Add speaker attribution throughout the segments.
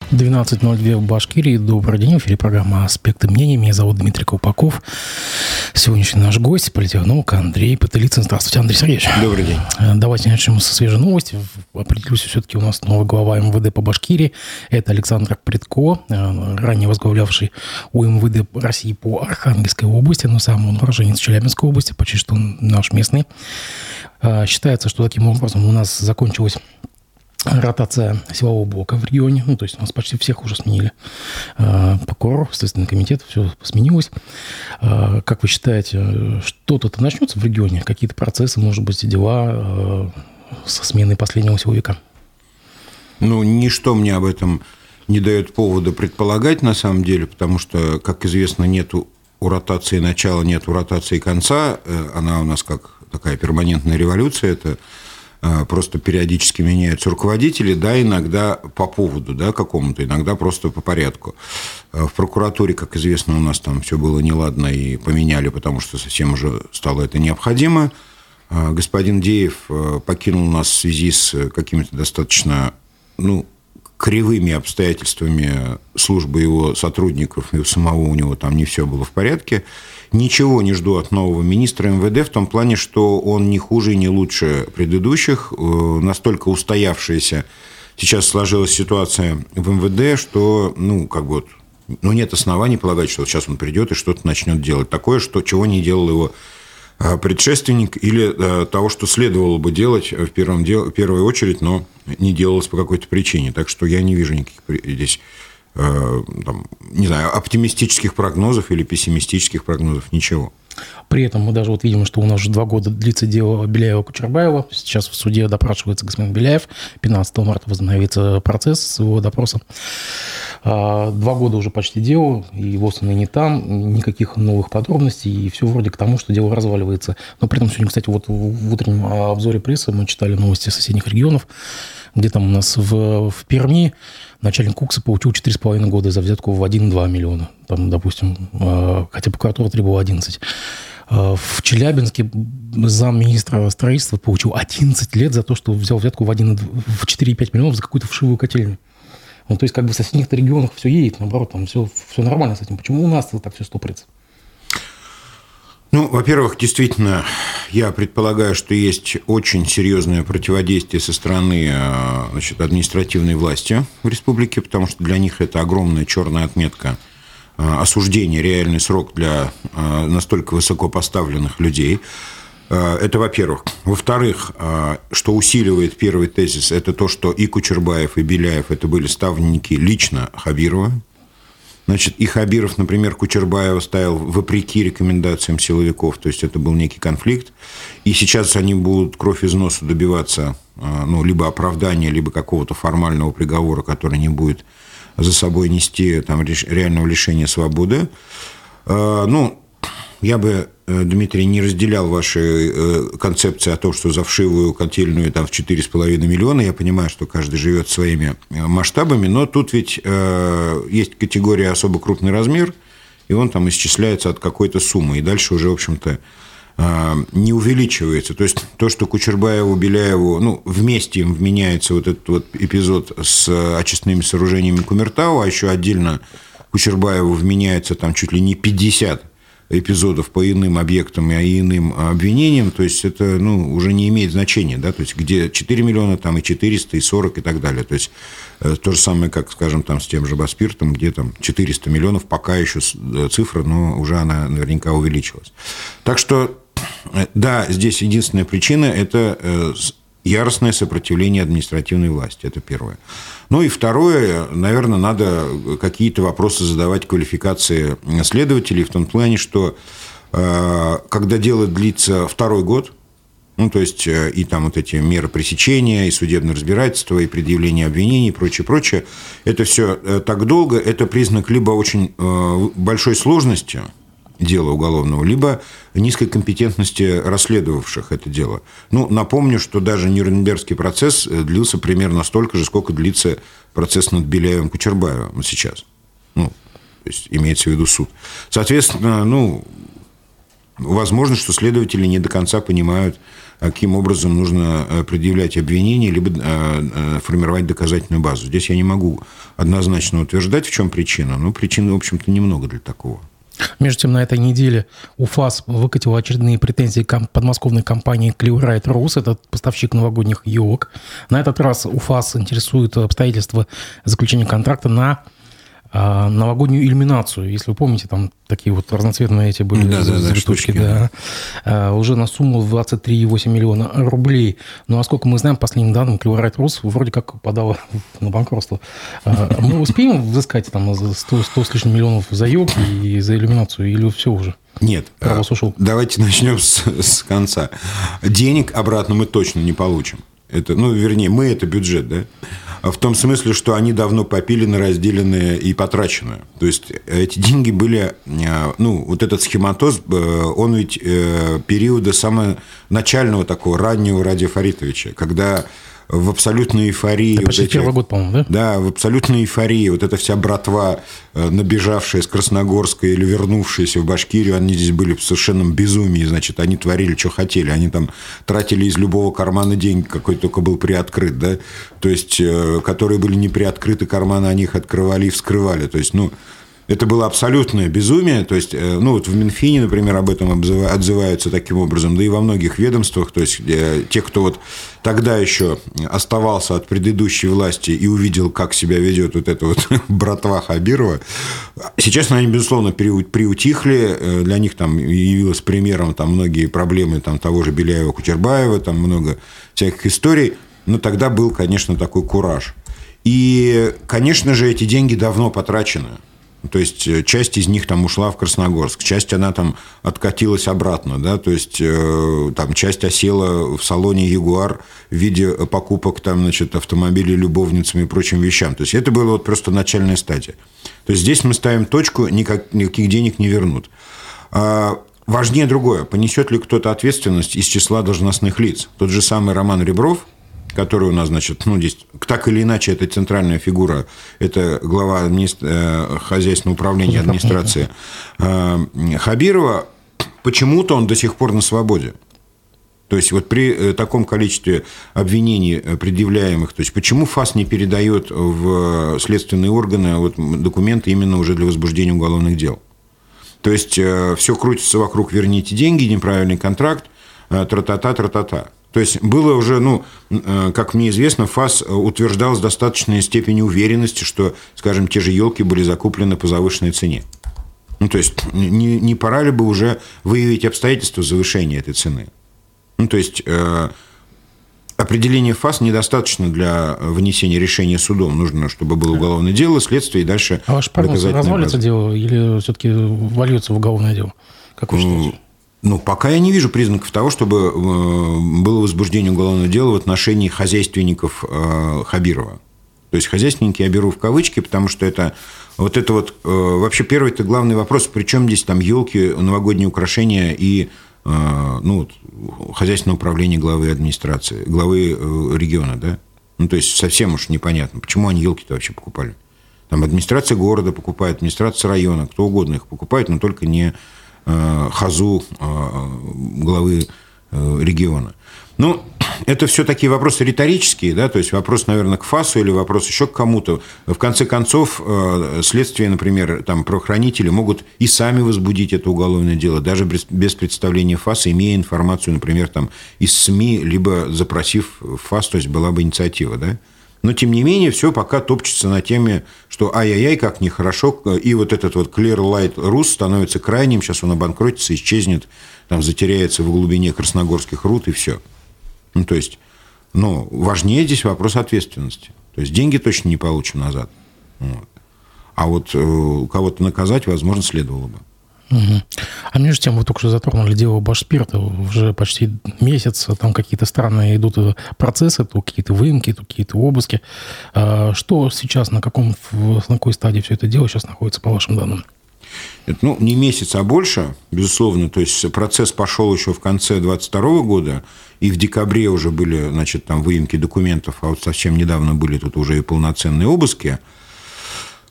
Speaker 1: 12:02 в Башкирии. Добрый день. В эфире программа «Аспекты мнений». Меня зовут Дмитрий Колпаков. Сегодняшний наш гость – политтехнолог Андрей Потылицын. Здравствуйте, Андрей Сергеевич.
Speaker 2: Добрый день.
Speaker 1: Давайте начнем со свежей новости. Определюсь, все-таки у нас новый глава МВД по Башкирии. Это Александр Предко, ранее возглавлявший УМВД России по Архангельской области, но сам он уроженец Челябинской области, почти что он наш местный. Считается, что таким образом у нас закончилась ротация силового блока в регионе. То есть у нас почти всех уже сменили. Прокурор, Следственный комитет, все сменилось. Как вы считаете, что-то начнется в регионе? Какие-то процессы, может быть, дела со сменой последнего силовика?
Speaker 2: Ничто мне об этом не дает повода предполагать, на самом деле, потому что, как известно, нету у ротации начала, нет у ротации конца. Она у нас как такая перманентная революция. Это просто периодически меняются руководители, иногда по поводу, какому-то, иногда просто по порядку. В прокуратуре, как известно, у нас там все было неладно и поменяли, потому что совсем уже стало это необходимо. Господин Деев покинул нас в связи с какими-то достаточно, кривыми обстоятельствами службы его сотрудников, и у самого у него там не все было в порядке. Ничего не жду от нового министра МВД в том плане, что он не хуже и не лучше предыдущих. Настолько устоявшаяся сейчас сложилась ситуация в МВД, что, нет оснований полагать, что сейчас он придет и что-то начнет делать. Такое, чего не делал его предшественник, или того, что следовало бы делать в первую очередь, но не делалось по какой-то причине. Так что я не вижу никаких здесь оптимистических прогнозов или пессимистических прогнозов, ничего.
Speaker 1: При этом мы даже видим, что у нас уже 2 года длится дело Беляева-Кучербаева. Сейчас в суде допрашивается господин Беляев. 15 марта возобновится процесс с его допросом. 2 года уже почти дело, и его сыны не там, никаких новых подробностей, и все вроде к тому, что дело разваливается. Но при этом сегодня, кстати, в утреннем обзоре прессы мы читали новости соседних регионов, где там у нас в Перми начальник КУКСа получил 4,5 года за взятку в 1,2 миллиона. Там, допустим, хотя прокуратура требовала 11. В Челябинске замминистра строительства получил 11 лет за то, что взял взятку в 4,5 миллионов за какую-то вшивую котельную. То есть, в соседних регионах все едет, наоборот, там все нормально с этим. Почему у нас так все стопорится?
Speaker 2: Во-первых, действительно, я предполагаю, что есть очень серьезное противодействие со стороны административной власти в республике, потому что для них это огромная черная отметка осуждения, реальный срок для настолько высокопоставленных людей. Это во-первых. Во-вторых, что усиливает первый тезис, это то, что и Кучербаев, и Беляев это были ставленники лично Хабирова. И Хабиров, например, Кучербаева ставил вопреки рекомендациям силовиков, то есть это был некий конфликт. И сейчас они будут кровь из носу добиваться либо оправдания, либо какого-то формального приговора, который не будет за собой нести реального лишения свободы. Я бы, Дмитрий, не разделял ваши концепции о том, что за вшивую котельную в 4,5 миллиона. Я понимаю, что каждый живет своими масштабами, но тут ведь есть категория особо крупный размер, и он исчисляется от какой-то суммы, и дальше уже, в общем-то, не увеличивается. То есть то, что Кучербаеву, Беляеву, вместе им вменяется этот эпизод с очистными сооружениями Кумертау, а еще отдельно Кучербаеву вменяется чуть ли не 50 эпизодов по иным объектам и иным обвинениям, то есть это уже не имеет значения, то есть где 4 миллиона, там и 400, и 40, и так далее. То есть то же самое, как, скажем, с тем же Баспиртом, где 400 миллионов, пока еще цифра, но уже она наверняка увеличилась. Так что, да, здесь единственная причина – это яростное сопротивление административной власти. Это первое. И второе, наверное, надо какие-то вопросы задавать квалификации следователей в том плане, что когда дело длится 2-й год, то есть и эти меры пресечения, и судебное разбирательство, и предъявление обвинений, и прочее, это все так долго, это признак либо очень большой сложности дела уголовного, либо низкой компетентности расследовавших это дело. Напомню, что даже Нюрнбергский процесс длился примерно столько же, сколько длится процесс над Беляевым-Кучербаевым сейчас. То есть имеется в виду суд. Соответственно, возможно, что следователи не до конца понимают каким образом нужно предъявлять обвинения, либо формировать доказательную базу. Здесь я не могу однозначно утверждать, в чем причина, но причин, в общем-то, немного для такого.
Speaker 1: Между тем, на этой неделе УФАС выкатил очередные претензии к подмосковной компании Clearlight Rus, это поставщик новогодних елок. На этот раз УФАС интересует обстоятельства заключения контракта на новогоднюю иллюминацию. Если вы помните, там такие вот разноцветные эти были штучки, да, уже на сумму 23,8 миллиона рублей. Ну, а сколько мы знаем, по последним данным, Clearlight Rus вроде как подала на банкротство. Мы успеем взыскать там 100 с лишним миллионов за елки и за иллюминацию, или все уже?
Speaker 2: Нет.
Speaker 1: Ушел?
Speaker 2: Давайте начнем с конца. Денег обратно мы точно не получим. Это, мы – это бюджет, да? В том смысле, что они давно попилены, разделены и потрачены. То есть, эти деньги были... вот этот схематоз, он ведь периода самого начального такого, раннего Радия Фаритовича, когда в абсолютной эйфории...
Speaker 1: Это почти первый год, по-моему, да?
Speaker 2: Да, в абсолютной эйфории вот эта вся братва, набежавшая с Красногорска или вернувшаяся в Башкирию, они здесь были в совершенном безумии, значит, они творили, что хотели. Они там тратили из любого кармана деньги, какой только был приоткрыт, да? То есть, которые были не приоткрыты карманы, они их открывали и вскрывали. То есть, это было абсолютное безумие. То есть, вот в Минфине, например, об этом отзываются таким образом, да и во многих ведомствах. То есть, те, кто вот тогда еще оставался от предыдущей власти и увидел, как себя ведет вот эта вот братва Хабирова, сейчас они, безусловно, приутихли. Для них там явилось примером там многие проблемы там, того же Беляева, Кучербаева, там много всяких историй. Но тогда был, конечно, такой кураж. И, конечно же, эти деньги давно потрачены. То есть, часть из них там ушла в Красногорск, часть она там откатилась обратно, да, то есть, там часть осела в салоне «Ягуар» в виде покупок там, значит, автомобилей любовницами и прочим вещам. То есть, это была вот просто начальная стадия. То есть, здесь мы ставим точку, никаких денег не вернут. Важнее другое, понесет ли кто-то ответственность из числа должностных лиц. Тот же самый Роман Ребров, который у нас, значит, здесь так или иначе, это центральная фигура, это глава хозяйственного управления администрации Хабирова, почему-то он до сих пор на свободе. То есть, вот при таком количестве обвинений предъявляемых, то есть, почему ФАС не передает в следственные органы вот документы именно уже для возбуждения уголовных дел? То есть, все крутится вокруг «верните деньги», неправильный контракт, тра-та-та. То есть, было уже, как мне известно, ФАС утверждал с достаточной степенью уверенности, что, скажем, те же елки были закуплены по завышенной цене. То есть, не пора ли бы уже выявить обстоятельства завышения этой цены? То есть, определение ФАС недостаточно для вынесения решения судом. Нужно, чтобы было уголовное дело, следствие и дальше
Speaker 1: доказательная база. А ваш прогноз, развалится дело или все-таки вольется в уголовное дело? Как вы считаете?
Speaker 2: Пока я не вижу признаков того, чтобы было возбуждение уголовного дела в отношении хозяйственников Хабирова. То есть, хозяйственники я беру в кавычки, потому что это вообще первый это главный вопрос, причем здесь там елки, новогодние украшения и хозяйственное управление главы администрации, главы региона, да? То есть, совсем уж непонятно, почему они елки-то вообще покупали. Там администрация города покупает, администрация района, кто угодно их покупает, но только не хазу главы региона. Это все такие вопросы риторические, да, то есть вопрос, наверное, к ФАСу или вопрос еще к кому-то. В конце концов, следствие, например, там, правоохранители могут и сами возбудить это уголовное дело, даже без представления ФАСа, имея информацию, например, там, из СМИ, либо запросив ФАС, то есть была бы инициатива, да. Но, тем не менее, все пока топчется на теме, что ай-яй-яй, как нехорошо, и вот этот вот Clearlight Rus становится крайним, сейчас он обанкротится, исчезнет, там, затеряется в глубине красногорских руд, и все. То есть, важнее здесь вопрос ответственности. То есть, деньги точно не получим назад. А вот кого-то наказать, возможно, следовало бы.
Speaker 1: Угу. А между тем, вы только что затронули дело Башспирта, уже почти месяц, там какие-то странные идут процессы, то какие-то выемки, то какие-то обыски. Что сейчас, на какой стадии все это дело сейчас находится, по вашим данным?
Speaker 2: Это, не месяц, а больше, безусловно. То есть, процесс пошел еще в конце 2022 года, и в декабре уже были, там выемки документов, а вот совсем недавно были тут уже и полноценные обыски.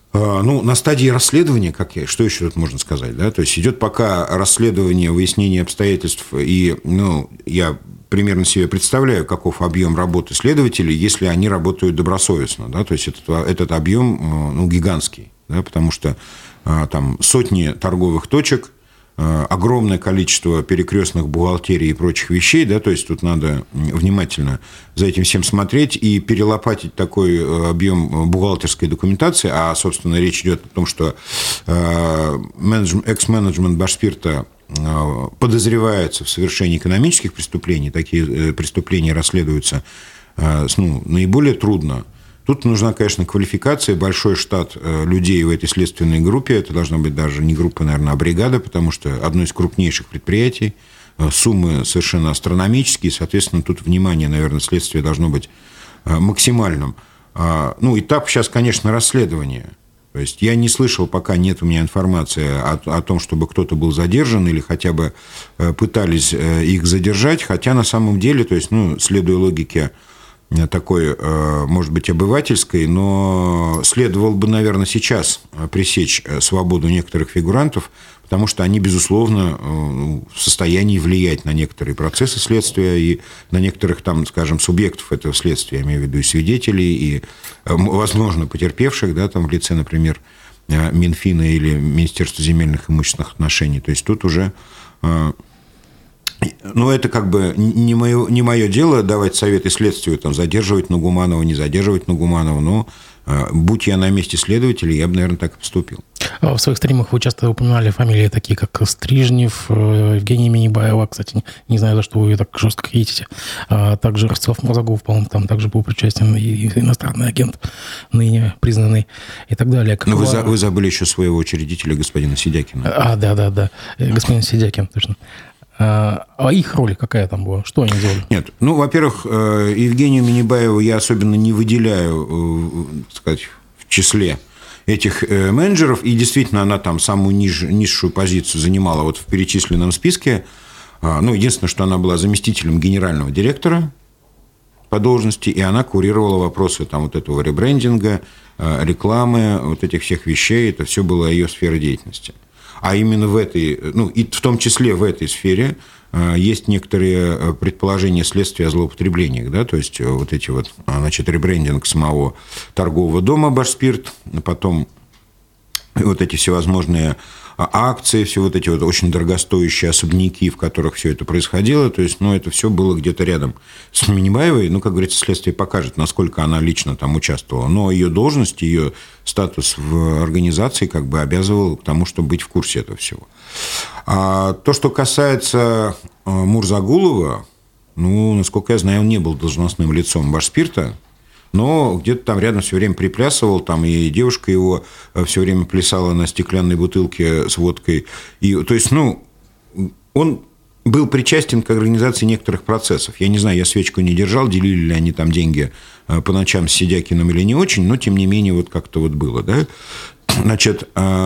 Speaker 2: Ну, на стадии расследования, что еще тут можно сказать, да? То есть идет пока расследование, выяснение обстоятельств, и, ну, я примерно себе представляю, каков объем работы следователей, если они работают добросовестно, да? То есть этот объем, ну, гигантский, да? Потому что там сотни торговых точек, огромное количество перекрестных бухгалтерий и прочих вещей, да, то есть тут надо внимательно за этим всем смотреть и перелопатить такой объем бухгалтерской документации, а, собственно, речь идет о том, что экс-менеджмент Башспирта подозревается в совершении экономических преступлений, такие преступления расследуются, ну, наиболее трудно. Тут нужна, конечно, квалификация, большой штат людей в этой следственной группе. Это должна быть даже не группа, наверное, а бригада, потому что одно из крупнейших предприятий, суммы совершенно астрономические, соответственно, тут внимание, наверное, следствия должно быть максимальным. Ну, этап сейчас, конечно, расследования. То есть я не слышал, пока нет у меня информации о том, чтобы кто-то был задержан или хотя бы пытались их задержать, хотя на самом деле, то есть, ну, следуя логике такой, может быть, обывательской, но следовало бы, наверное, сейчас пресечь свободу некоторых фигурантов, потому что они, безусловно, в состоянии влиять на некоторые процессы следствия и на некоторых, там, скажем, субъектов этого следствия, я имею в виду и свидетелей, и, возможно, потерпевших, да, там, в лице, например, Минфина или Министерства земельных и имущественных отношений. То есть тут уже... Ну, это как бы не мое дело давать советы следствию, там, задерживать Нугуманова, не задерживать Нугуманова, но будь я на месте следователя, я бы, наверное, так и поступил.
Speaker 1: В своих стримах вы часто упоминали фамилии такие, как Стрижнев, Евгений Минибаева, кстати, не знаю, за что вы ее так жестко хейтите, а также Ростислав Мурзагулов, по-моему, там также был причастен, и иностранный агент, ныне признанный, и так далее.
Speaker 2: Но вы забыли еще своего учредителя, господина Сидякина.
Speaker 1: Да, господин Сидякин, точно. А их роль какая там была? Что они делали?
Speaker 2: Нет, ну, во-первых, Евгению Минибаеву я особенно не выделяю, так сказать, в числе этих менеджеров, и действительно она там самую низшую позицию занимала вот в перечисленном списке. Ну, единственное, что она была заместителем генерального директора по должности, и она курировала вопросы там вот этого ребрендинга, рекламы, вот этих всех вещей, это все было ее сфера деятельности. А именно в этой, ну, и в том числе в этой сфере есть некоторые предположения следствия о злоупотреблениях, да, то есть вот эти вот, значит, ребрендинг самого торгового дома «Башспирт», потом вот эти всевозможные акции, все вот эти вот очень дорогостоящие особняки, в которых все это происходило, то есть, ну, это все было где-то рядом с Минибаевой, ну, как говорится, следствие покажет, насколько она лично там участвовала, но ее должность, ее статус в организации как бы обязывал к тому, чтобы быть в курсе этого всего. А то, что касается Мурзагулова, ну, насколько я знаю, он не был должностным лицом «Башспирта», но где-то там рядом все время приплясывал, там и девушка его все время плясала на стеклянной бутылке с водкой. И, то есть, ну, он был причастен к организации некоторых процессов. Я не знаю, я свечку не держал, делили ли они там деньги по ночам с Сидякиным или не очень, но, тем не менее, вот как-то вот было, да. Значит,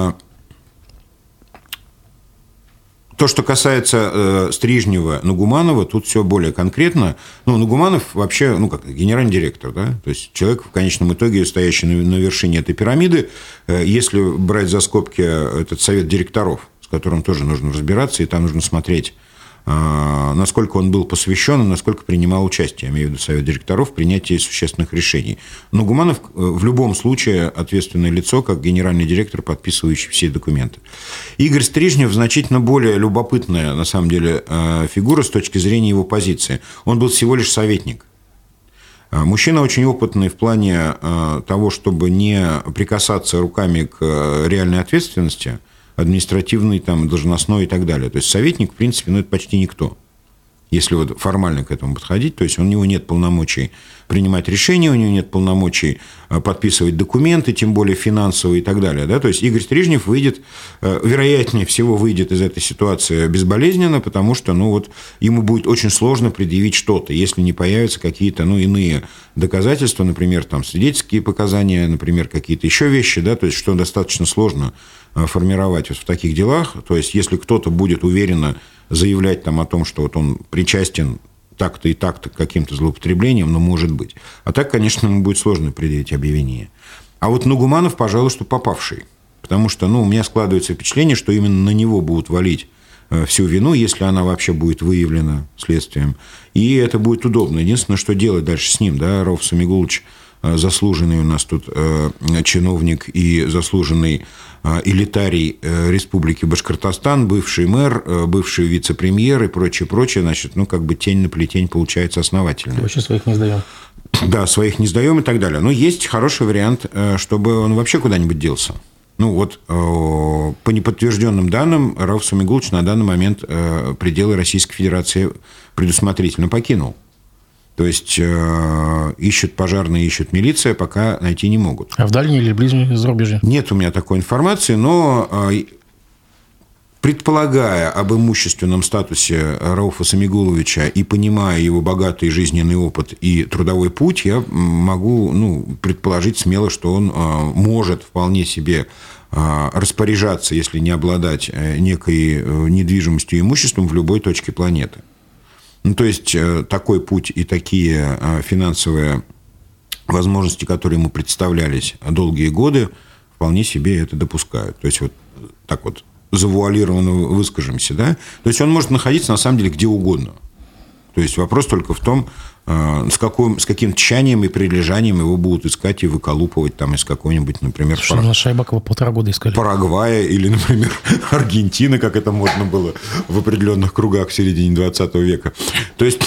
Speaker 2: то, что касается Стрижнева, Нугуманова, тут все более конкретно. Ну, Нугуманов вообще, ну, как генеральный директор, да, то есть человек в конечном итоге, стоящий на вершине этой пирамиды, если брать за скобки этот совет директоров, с которым тоже нужно разбираться, и там нужно смотреть, насколько он был посвящен и насколько принимал участие, я имею в виду совет директоров, в принятии существенных решений. Но Нугуманов в любом случае ответственное лицо, как генеральный директор, подписывающий все документы. Игорь Стрижнев значительно более любопытная, на самом деле, фигура с точки зрения его позиции. Он был всего лишь советник. Мужчина очень опытный в плане того, чтобы не прикасаться руками к реальной ответственности, административный, там, должностной и так далее. То есть советник, в принципе, ну, это почти никто, если вот формально к этому подходить. То есть у него нет полномочий принимать решения, у него нет полномочий подписывать документы, тем более финансовые и так далее. Да? То есть Игорь Стрижнев выйдет, вероятнее всего, выйдет из этой ситуации безболезненно, потому что, ну, вот, ему будет очень сложно предъявить что-то, если не появятся какие-то, ну, иные доказательства, например, там, свидетельские показания, например, какие-то еще вещи, да? То есть что достаточно сложно формировать вот в таких делах. То есть если кто-то будет уверенно заявлять там о том, что вот он причастен так-то и так-то к каким-то злоупотреблениям, но может быть. А так, конечно, ему будет сложно предъявить обвинение. А вот Нугуманов, пожалуй, что попавший. Потому что, у меня складывается впечатление, что именно на него будут валить всю вину, если она вообще будет выявлена следствием. И это будет удобно. Единственное, что делать дальше с ним, да, Рауф Самигулович, заслуженный у нас тут чиновник и заслуженный элитарий Республики Башкортостан, бывший мэр, бывший вице-премьер и прочее, значит, тень на плетень получается основательно.
Speaker 1: Вообще своих не сдаем.
Speaker 2: Да, своих не сдаем и так далее. Но есть хороший вариант, чтобы он вообще куда-нибудь делся. По неподтвержденным данным, Рауф Самигулович на данный момент пределы Российской Федерации предусмотрительно покинул. То есть ищут пожарные, ищут милиция, пока найти не могут.
Speaker 1: А в дальней или ближней зарубежье?
Speaker 2: Нет у меня такой информации, но предполагая об имущественном статусе Рауфа Самигуловича и понимая его богатый жизненный опыт и трудовой путь, я могу предположить смело, что он может вполне себе распоряжаться, если не обладать некой недвижимостью и имуществом в любой точке планеты. То есть такой путь и такие финансовые возможности, которые ему представлялись долгие годы, вполне себе это допускают. То есть вот так вот завуалированно выскажемся, да? То есть он может находиться на самом деле где угодно. То есть вопрос только в том, с каким тщанием и прилежанием его будут искать и выколупывать там из какой-нибудь, например...
Speaker 1: Слушай, на Шайбакова 1,5 года искали.
Speaker 2: Парагвая или, например, Аргентины, как это можно было в определенных кругах в середине 20 века. То есть,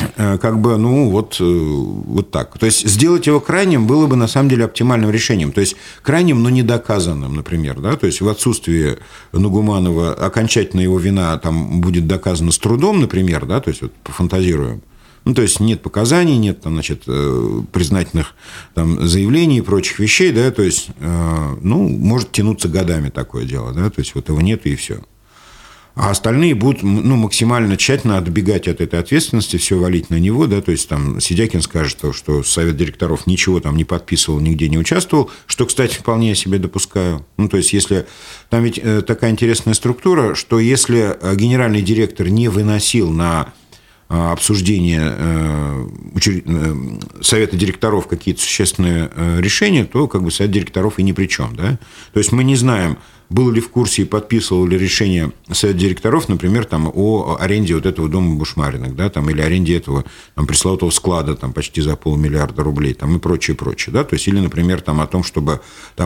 Speaker 2: вот так. То есть, сделать его крайним было бы, на самом деле, оптимальным решением. То есть, крайним, но недоказанным, например. Да? То есть, в отсутствии Нугуманова окончательно его вина там будет доказана с трудом, например, да? То есть, вот пофантазируем. То есть, нет показаний, нет признательных заявлений и прочих вещей, да, то есть, может тянуться годами такое дело, да, то есть, вот его нет и все. А остальные будут, максимально тщательно отбегать от этой ответственности, все валить на него, да, то есть, Сидякин скажет, что совет директоров ничего не подписывал, нигде не участвовал, что, кстати, вполне я себе допускаю. То есть, если там ведь такая интересная структура, что если генеральный директор не выносил на обсуждение совета директоров какие-то существенные решения, то совет директоров и ни при чем. Да? То есть мы не знаем, был ли в курсе и подписывал ли решение совет директоров, например, о аренде вот этого дома Бушмариных, да, или аренде этого пресловутого склада почти за 500 миллиарда рублей и прочее. Да? То есть, или, например, о том, чтобы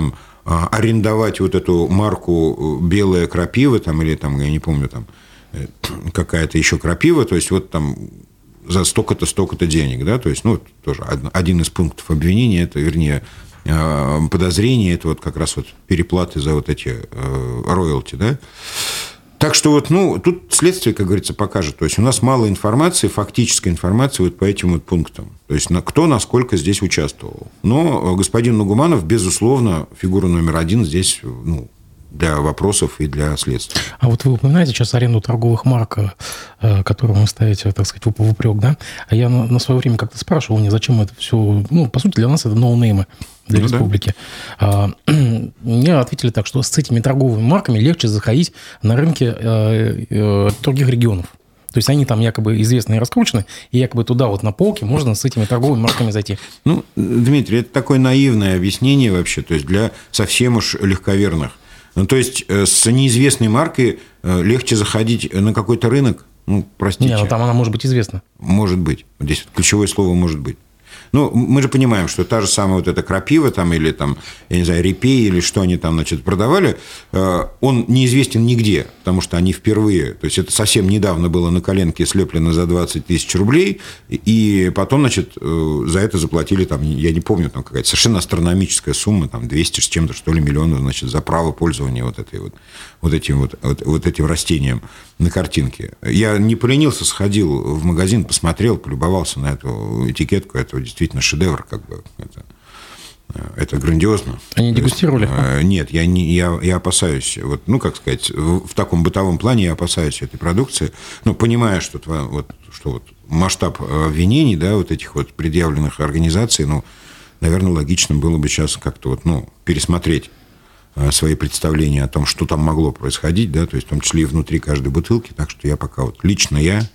Speaker 2: арендовать вот эту марку «Белая крапива», или я не помню, какая-то еще крапива, то есть вот за столько-то денег, да, то есть, тоже один из пунктов обвинения, это, вернее, подозрения, это вот как раз вот переплаты за вот эти роялти, да. Так что тут следствие, как говорится, покажет. То есть у нас мало информации, фактической информации вот по этим вот пунктам. То есть кто насколько здесь участвовал. Но господин Нугуманов, безусловно, фигура номер один здесь, для вопросов и для следствия.
Speaker 1: А вот вы упоминаете сейчас аренду торговых марок, которую вы ставите, так сказать, в упрек, да? А я на свое время как-то спрашивал, зачем это все... по сути, для нас это ноунеймы для республики. Да. Мне ответили так, что с этими торговыми марками легче заходить на рынки других регионов. То есть они там якобы известны и раскручены, и якобы туда вот на полке можно с этими торговыми марками зайти.
Speaker 2: Дмитрий, это такое наивное объяснение вообще, то есть для совсем уж легковерных. То есть, с неизвестной маркой легче заходить на какой-то рынок? Простите.
Speaker 1: Нет, там она может быть известна.
Speaker 2: Может быть. Здесь ключевое слово «может быть». Мы же понимаем, что та же самая вот эта крапива или я не знаю, репей или что они продавали, он неизвестен нигде, потому что они впервые, то есть это совсем недавно было на коленке слеплено за 20 тысяч рублей, и потом, за это заплатили, я не помню, какая-то совершенно астрономическая сумма, 200 с чем-то, что ли, миллионов, за право пользования вот этим растением на картинке. Я не поленился, сходил в магазин, посмотрел, полюбовался на эту этикетку, это действительно шедевр, это грандиозно.
Speaker 1: Они дегустировали?
Speaker 2: Нет, я опасаюсь, в таком бытовом плане я опасаюсь этой продукции, понимая, что масштаб обвинений, да, вот этих вот предъявленных организаций, наверное, логично было бы сейчас как-то пересмотреть свои представления о том, что там могло происходить, да, то есть в том числе и внутри каждой бутылки, так что я пока лично я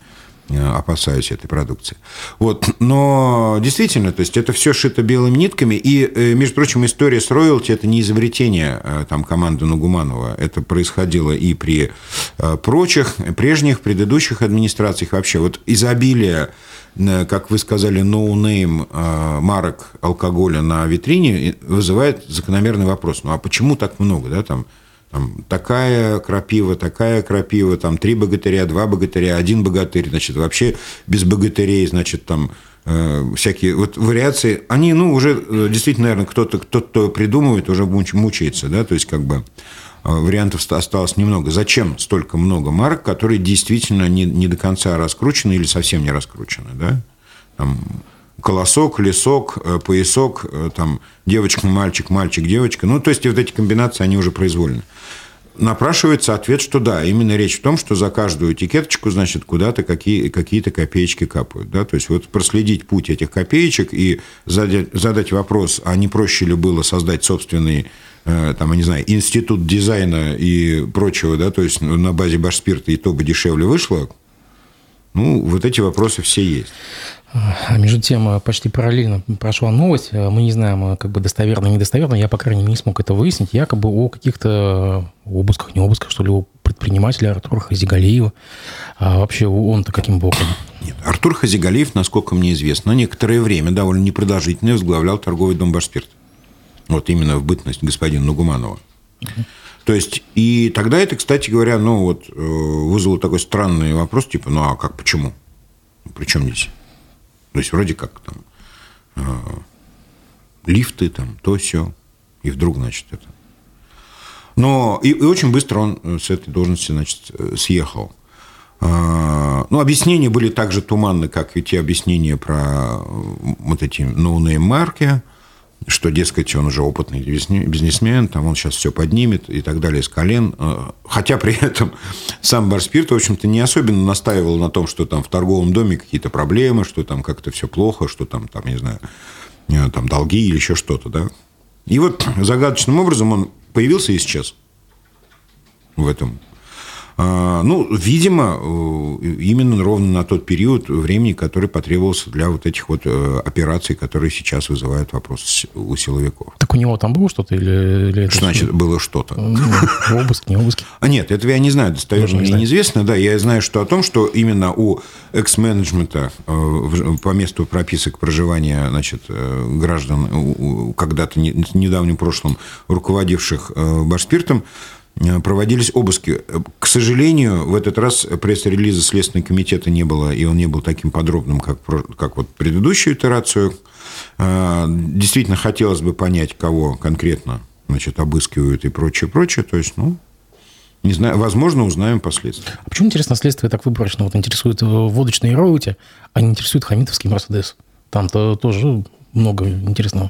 Speaker 2: опасаюсь этой продукции. Вот. Но действительно, то есть это все шито белыми нитками. И, между прочим, история с роялти – это не изобретение там, команды Нугуманова. Это происходило и при прочих, прежних, предыдущих администрациях. Вообще, вот изобилие, как вы сказали, ноунейм марок алкоголя на витрине вызывает закономерный вопрос. Ну, а почему так много, да, там такая крапива, там 3 богатыря, 2 богатыря, 1 богатырь, значит, вообще без богатырей, значит, там всякие вот вариации, они, уже действительно, наверное, кто-то придумывает, уже мучается, да, то есть, как бы вариантов осталось немного. Зачем столько много марок, которые действительно не до конца раскручены или совсем не раскручены, да, там колосок, лесок, поясок, там, девочка, мальчик, мальчик, девочка. Ну, то есть, вот эти комбинации, они уже произвольны. Напрашивается ответ, что да, именно речь в том, что за каждую этикеточку, значит, куда-то какие-то копеечки капают. Да? То есть, вот проследить путь этих копеечек и задать вопрос, а не проще ли было создать собственный, там, я не знаю, институт дизайна и прочего, да, то есть, на базе Башспирта, и то бы дешевле вышло. Ну, вот эти вопросы все есть.
Speaker 1: А между тем, почти параллельно прошла новость. Мы не знаем, как бы достоверно, недостоверно. Я, по крайней мере, не смог это выяснить. Якобы о каких-то обысках, не обысках, что ли, у предпринимателя Артура Хазигалиева. А вообще он-то каким боком?
Speaker 2: Нет, Артур Хазигалиев, насколько мне известно, некоторое время, довольно непродолжительное, возглавлял торговый дом «Башспирт». Вот именно в бытность господина Нугуманова. То есть, и тогда это, кстати говоря, вызвало такой странный вопрос, типа, а как, почему? При чем здесь? То есть, вроде как там лифты, там, то сё, и вдруг, значит, это. Но и очень быстро он с этой должности, значит, съехал. Объяснения были так же туманны, как и те объяснения про вот эти ноунейм-марки, что, дескать, он уже опытный бизнесмен, там он сейчас все поднимет и так далее с колен. Хотя при этом сам Башспирт, в общем-то, не особенно настаивал на том, что там в торговом доме какие-то проблемы, что там как-то все плохо, что там, не знаю, там долги или еще что-то, да. И вот загадочным образом он появился и исчез в этом. Видимо, именно ровно на тот период времени, который потребовался для вот этих вот операций, которые сейчас вызывают вопрос у силовиков.
Speaker 1: Так у него там было что-то? Или
Speaker 2: что значит было что-то?
Speaker 1: Обыск, не обыск?
Speaker 2: Нет, этого я не знаю, достоверно мне неизвестно. Да, я знаю, что о том, что именно у экс-менеджмента по месту прописок проживания, значит, граждан, когда-то в недавнем прошлом руководивших Башспиртом, проводились обыски. К сожалению, в этот раз пресс-релиза Следственного комитета не было, и он не был таким подробным, как вот предыдущую итерацию. Действительно, хотелось бы понять, кого конкретно, значит, обыскивают и прочее. То есть, не знаю, возможно, узнаем впоследствии.
Speaker 1: А почему, интересно, следствие так выборочно интересует водочные роялти, а не интересует хамитовский «Мерседес»? Там-то тоже много интересного.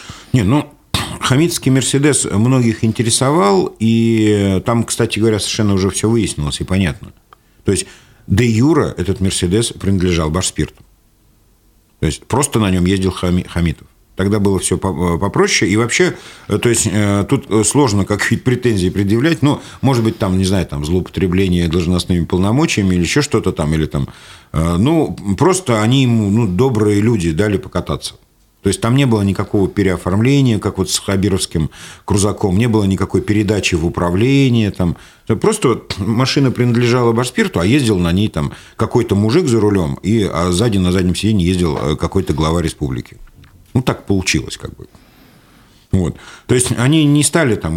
Speaker 2: Хамитский «Мерседес» многих интересовал, и там, кстати говоря, совершенно уже все выяснилось и понятно. То есть, де юре этот «Мерседес» принадлежал Башспирту. То есть, просто на нем ездил Хамитов. Тогда было все попроще. И вообще, то есть, тут сложно какие-то претензии предъявлять. Может быть, там, не знаю, там, злоупотребление должностными полномочиями или еще что-то там. Или там, просто они ему, добрые люди, дали покататься. То есть, там не было никакого переоформления, как вот с хабировским крузаком, не было никакой передачи в управление. Там. Просто машина принадлежала Башспирту, а ездил на ней там какой-то мужик за рулем, а сзади на заднем сиденье ездил какой-то глава республики. Так получилось, как бы. Вот. То есть, они не стали там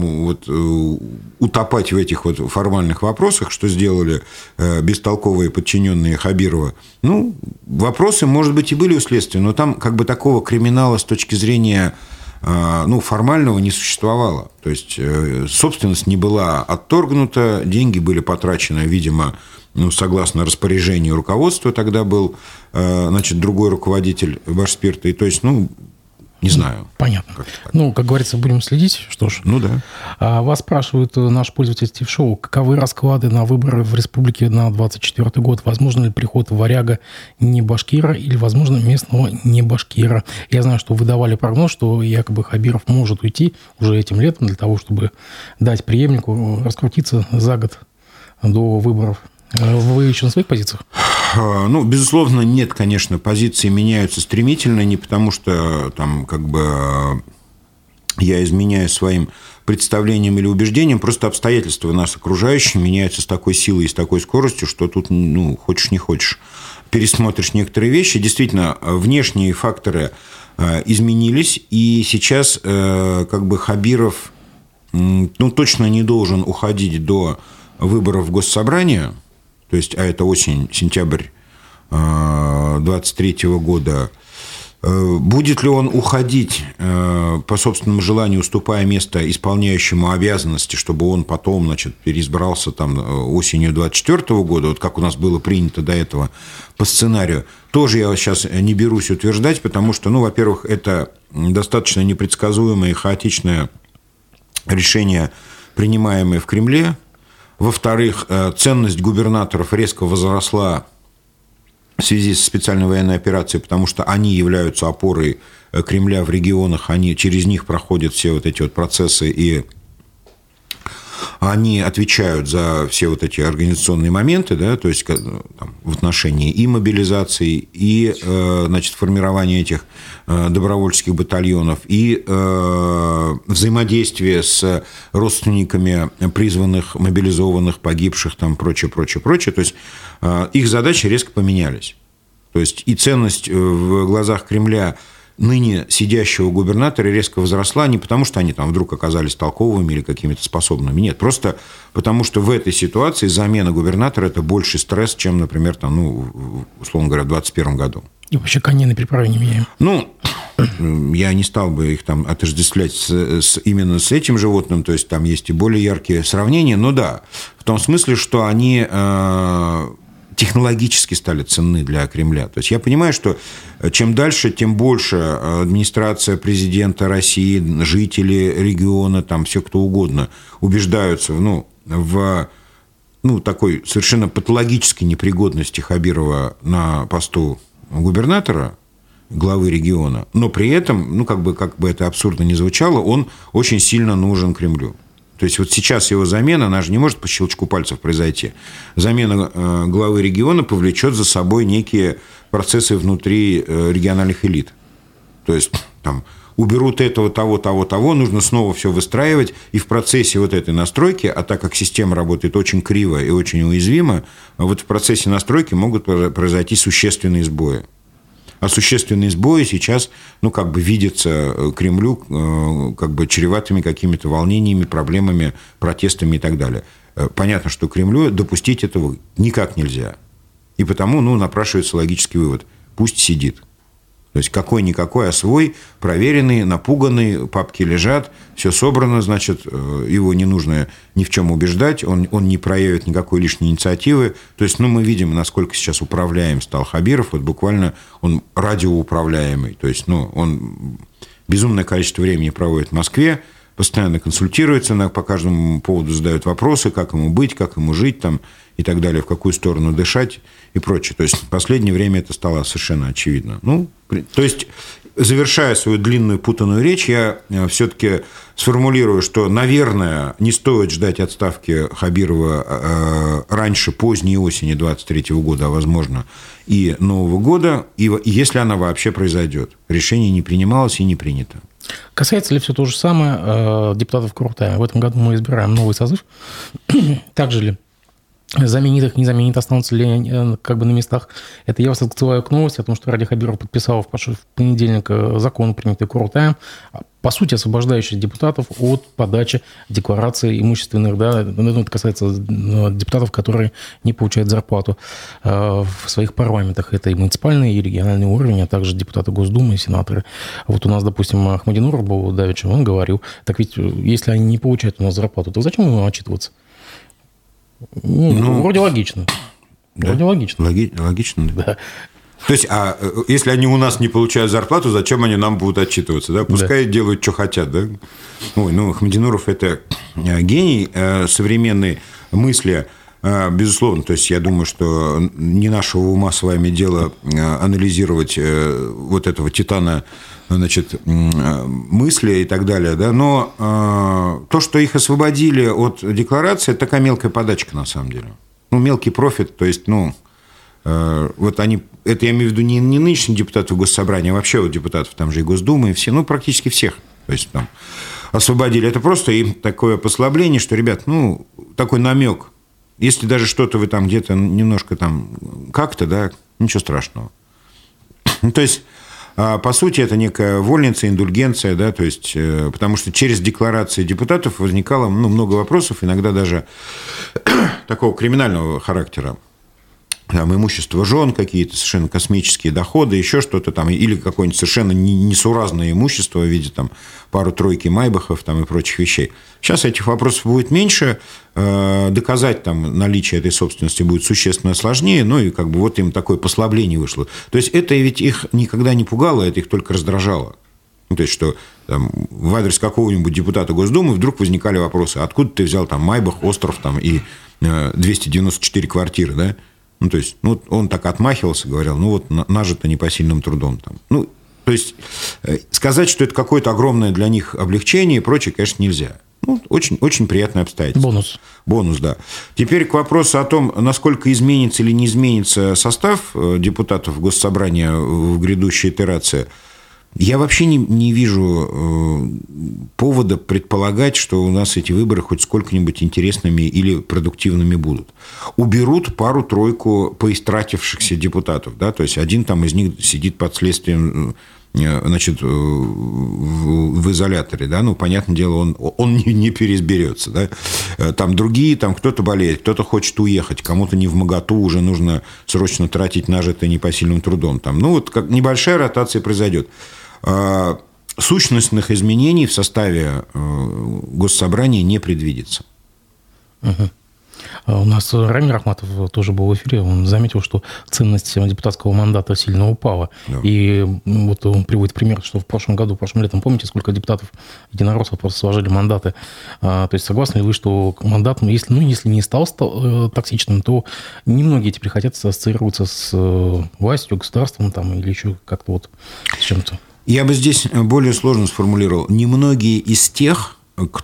Speaker 2: утопать в этих вот формальных вопросах, что сделали бестолковые подчиненные Хабирова. Вопросы, может быть, и были у следствия, но там как бы такого криминала с точки зрения формального не существовало. То есть, собственность не была отторгнута, деньги были потрачены, видимо, согласно распоряжению руководства, тогда был, значит, другой руководитель Башспирта, и то есть, не знаю.
Speaker 1: Понятно. Как говорится, будем следить. Что ж.
Speaker 2: Да.
Speaker 1: Вас спрашивает наш пользователь Стив Шоу, каковы расклады на выборы в республике на 2024 год? Возможно ли приход варяга не башкира или, возможно, местного не башкира? Я знаю, что вы давали прогноз, что якобы Хабиров может уйти уже этим летом для того, чтобы дать преемнику раскрутиться за год до выборов. Вы еще на своих позициях?
Speaker 2: Ну, безусловно, нет, конечно, позиции меняются стремительно, не потому что там как бы я изменяю своим представлениям или убеждениям, просто обстоятельства нас окружающие меняются с такой силой и с такой скоростью, что тут, ну, хочешь не хочешь, пересмотришь некоторые вещи. Действительно, внешние факторы изменились, и сейчас как бы Хабиров, ну, точно не должен уходить до выборов в Госсобрание, то есть, а это осень, сентябрь 2023 года. Будет ли он уходить по собственному желанию, уступая место исполняющему обязанности, чтобы он потом, значит, переизбрался там осенью 2024 года, вот как у нас было принято до этого по сценарию, тоже я сейчас не берусь утверждать, потому что, ну, во-первых, это достаточно непредсказуемое и хаотичное решение, принимаемое в Кремле. Во-вторых, ценность губернаторов резко возросла в связи с специальной военной операцией, потому что они являются опорой Кремля в регионах, через них проходят все вот эти вот процессы, и они отвечают за все вот эти организационные моменты, да, то есть там, в отношении и мобилизации, и, значит, формирования этих добровольческих батальонов, и взаимодействия с родственниками призванных, мобилизованных, погибших, там, прочее. То есть их задачи резко поменялись. То есть и ценность в глазах Кремля ныне сидящего губернатора резко возросла не потому, что они там вдруг оказались толковыми или какими-то способными. Нет, просто потому, что в этой ситуации замена губернатора – это больший стресс, чем, например, там, ну, условно говоря, в 2021 году.
Speaker 1: И вообще коней на переправе не меняем.
Speaker 2: Ну, я не стал бы их там отождествлять именно с этим животным, то есть там есть и более яркие сравнения, но да, в том смысле, что они технологически стали ценны для Кремля. То есть я понимаю, что чем дальше, тем больше администрация президента России, жители региона, там все кто угодно убеждаются в такой совершенно патологической непригодности Хабирова на посту губернатора, главы региона, но при этом, как бы это абсурдно ни звучало, он очень сильно нужен Кремлю. То есть вот сейчас его замена, она же не может по щелчку пальцев произойти. Замена главы региона повлечет за собой некие процессы внутри региональных элит. То есть там уберут этого, того, нужно снова все выстраивать. И в процессе вот этой настройки, а так как система работает очень криво и очень уязвимо, вот в процессе настройки могут произойти существенные сбои. А существенные сбои сейчас, видятся Кремлю чреватыми какими-то волнениями, проблемами, протестами и так далее. Понятно, что Кремлю допустить этого никак нельзя. И потому, напрашивается логический вывод. Пусть сидит. То есть, какой-никакой, а свой, проверенный, напуганный, папки лежат, все собрано, значит, его не нужно ни в чем убеждать, он не проявит никакой лишней инициативы. То есть, мы видим, насколько сейчас управляем стал Хабиров, вот буквально он радиоуправляемый. То есть, он безумное количество времени проводит в Москве, постоянно консультируется, по каждому поводу задает вопросы, как ему быть, как ему жить там, и так далее, в какую сторону дышать и прочее. То есть, в последнее время это стало совершенно очевидно. То есть, завершая свою длинную путанную речь, я все-таки сформулирую, что, наверное, не стоит ждать отставки Хабирова раньше поздней осени 2023 года, а, возможно, и Нового года, и если она вообще произойдет. Решение не принималось и не принято.
Speaker 1: Касается ли все то же самое депутатов Курултая? В этом году мы избираем новый созыв. Также ли заменит их, не заменит, останутся ли на местах? Это я вас отсылаю к новости о том, что Ради Хабиров подписал в понедельник закон, принятый Курултаем, по сути, освобождающий депутатов от подачи деклараций имущественных. Да, это касается депутатов, которые не получают зарплату в своих парламентах. Это и муниципальный, и региональный уровень, а также депутаты Госдумы и сенаторы. Вот у нас, допустим, Ахмадинуров был давеча, он говорил, так ведь если они не получают у нас зарплату, то зачем им отчитываться? Вроде логично.
Speaker 2: Да?
Speaker 1: Вроде логично.
Speaker 2: Логично, да.
Speaker 1: Да.
Speaker 2: То есть, а если они у нас не получают зарплату, зачем они нам будут отчитываться? Да? Пускай делают, что хотят. Да? Ахмадинуров – это гений современной мысли, безусловно. То есть, я думаю, что не нашего ума с вами дело анализировать вот этого титана, мысли и так далее. Да? Но то, что их освободили от декларации, это такая мелкая подачка, на самом деле. Мелкий профит, то есть, вот они, это я имею в виду не нынешних депутатов Госсобрания, а вообще вот депутатов, там же и Госдумы, и все, ну, практически всех, то есть там освободили. Это просто им такое послабление, что, ребят, ну, такой намек, если даже что-то вы там где-то немножко там как-то, да, ничего страшного. Ну, то есть, по сути, это некая вольница, индульгенция, да, то есть, потому что через декларации депутатов возникало, ну, много вопросов, иногда даже такого криминального характера. Там имущество жен, какие-то совершенно космические доходы, еще что-то там, или какое-нибудь совершенно несуразное имущество в виде там пару-тройки майбахов там, и прочих вещей. Сейчас этих вопросов будет меньше, доказать там наличие этой собственности будет существенно сложнее, ну и как бы вот им такое послабление вышло. То есть это ведь их никогда не пугало, это их только раздражало. Ну, то есть, что там, в адрес какого-нибудь депутата Госдумы вдруг возникали вопросы, откуда ты взял там майбах, остров там, и 294 квартиры, да? Ну, то есть, ну, он так отмахивался, говорил, ну, вот нажито непосильным трудом. Там. Ну, то есть, сказать, что это какое-то огромное для них облегчение и прочее, конечно, нельзя. Ну, очень, очень приятное обстоятельство.
Speaker 1: Бонус.
Speaker 2: Бонус, да. Теперь к вопросу о том, насколько изменится или не изменится состав депутатов Госсобрания в грядущей итерации. Я вообще не вижу повода предполагать, что у нас эти выборы хоть сколько-нибудь интересными или продуктивными будут. Уберут пару-тройку поистратившихся депутатов. Да? То есть, один там из них сидит под следствием, значит, в изоляторе. Да? Ну, понятное дело, он не переизберется. Да? Там другие, там кто-то болеет, кто-то хочет уехать, кому-то не вмоготу, уже нужно срочно тратить нажитое непосильным трудом. Там. Ну, вот как небольшая ротация произойдет. Сущностных изменений в составе Госсобрания не предвидится.
Speaker 1: Угу. У нас Рамиль Ахматов тоже был в эфире, он заметил, что ценность депутатского мандата сильно упала. Да. И вот он приводит пример, что в прошлом летом, помните, сколько депутатов единороссов просто сложили мандаты. То есть согласны ли вы, что мандат, если не стал токсичным, то немногие теперь хотят ассоциироваться с властью, государством там, или еще как-то вот с чем-то?
Speaker 2: Я бы здесь более сложно сформулировал. Немногие из тех,